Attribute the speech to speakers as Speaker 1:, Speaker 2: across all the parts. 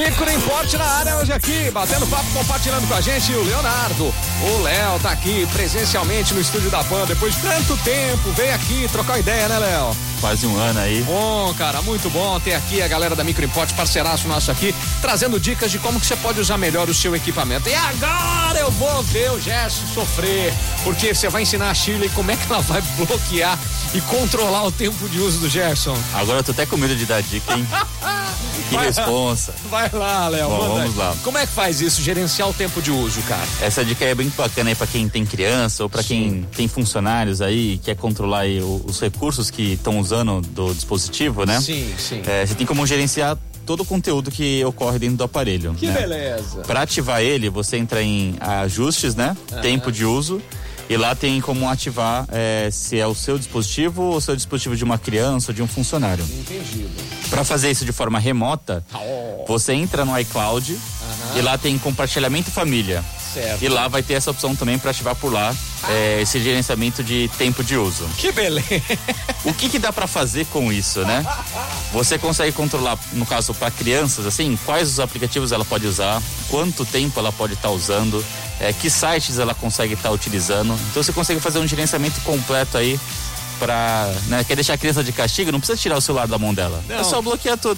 Speaker 1: Micro Import na área hoje aqui, batendo papo, compartilhando com a gente o Leonardo. O Léo tá aqui presencialmente no estúdio da Pan, depois de tanto tempo, veio aqui trocar uma ideia, né, Léo?
Speaker 2: Quase um ano aí.
Speaker 1: Bom, cara, muito bom ter aqui a galera da Micro Import, parceiraço nosso aqui, trazendo dicas de como que você pode usar melhor o seu equipamento. E agora eu vou ver o Gerson sofrer, porque você vai ensinar a Shirley como é que ela vai bloquear e controlar o tempo de uso do Gerson.
Speaker 2: Agora eu tô até com medo de dar dica, hein? Que responsa.
Speaker 1: Vai lá, Léo.
Speaker 2: Bom, vamos lá.
Speaker 1: Como é que faz isso, gerenciar o tempo de uso, cara?
Speaker 2: Essa dica é bem bacana aí pra quem tem criança ou pra quem tem funcionários aí e quer controlar aí os recursos que estão usando do dispositivo, né?
Speaker 1: Sim.
Speaker 2: Você tem como gerenciar todo o conteúdo que ocorre dentro do aparelho.
Speaker 1: Que beleza.
Speaker 2: Para ativar ele, você entra em ajustes, né? Tempo de uso. E lá tem como ativar se é o seu dispositivo ou o seu dispositivo de uma criança ou de um funcionário.
Speaker 1: Entendido.
Speaker 2: Para fazer isso de forma remota, você entra no iCloud e lá tem compartilhamento família.
Speaker 1: Certo.
Speaker 2: E lá vai ter essa opção também para ativar por lá esse gerenciamento de tempo de uso.
Speaker 1: Que beleza.
Speaker 2: O que dá para fazer com isso, né? Você consegue controlar, no caso para crianças, assim, quais os aplicativos ela pode usar, quanto tempo ela pode estar usando, que sites ela consegue estar utilizando. Então você consegue fazer um gerenciamento completo aí pra, né, quer deixar a criança de castigo, não precisa tirar o celular da mão dela.
Speaker 1: Não.
Speaker 2: É só bloquear tudo.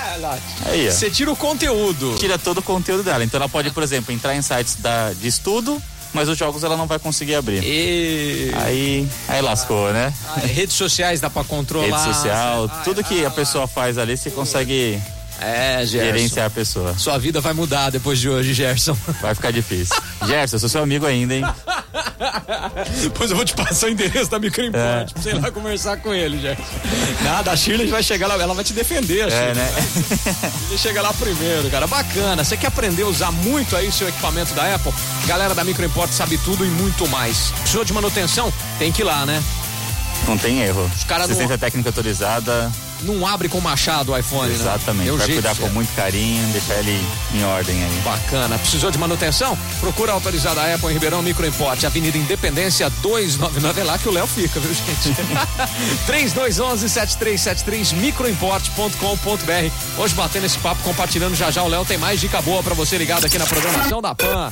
Speaker 1: Aí, você tira o conteúdo.
Speaker 2: Tira todo o conteúdo dela. Então ela pode, por exemplo, entrar em sites de estudo, mas os jogos ela não vai conseguir abrir. Aí lascou, né?
Speaker 1: Redes sociais dá pra controlar.
Speaker 2: Rede social, tudo que a pessoa faz ali, você consegue gerenciar a pessoa.
Speaker 1: Sua vida vai mudar depois de hoje, Gerson.
Speaker 2: Vai ficar difícil. Gerson, eu sou seu amigo ainda, hein?
Speaker 1: Depois eu vou te passar o endereço da Micro Import pra você ir lá conversar com ele, Gerson. Nada, a Shirley vai chegar lá, ela vai te defender, Shirley.
Speaker 2: Né?
Speaker 1: Ele chega lá primeiro, cara. Bacana. Você quer aprender a usar muito aí o seu equipamento da Apple? Galera da Micro Import sabe tudo e muito mais. Precisou de manutenção? Tem que ir lá, né?
Speaker 2: Não tem erro.
Speaker 1: Os caras
Speaker 2: assistência técnica autorizada.
Speaker 1: Não abre com machado o iPhone,
Speaker 2: exatamente,
Speaker 1: né?
Speaker 2: vai cuidar com muito carinho, deixar ele em ordem aí.
Speaker 1: Bacana. Precisou de manutenção? Procura a autorizada Apple em Ribeirão Micro Import, Avenida Independência 299, é lá que o Léo fica, viu, gente? 3211-7373 microimport.com.br. Hoje batendo esse papo, compartilhando já o Léo tem mais dica boa pra você ligado aqui na programação da Pan.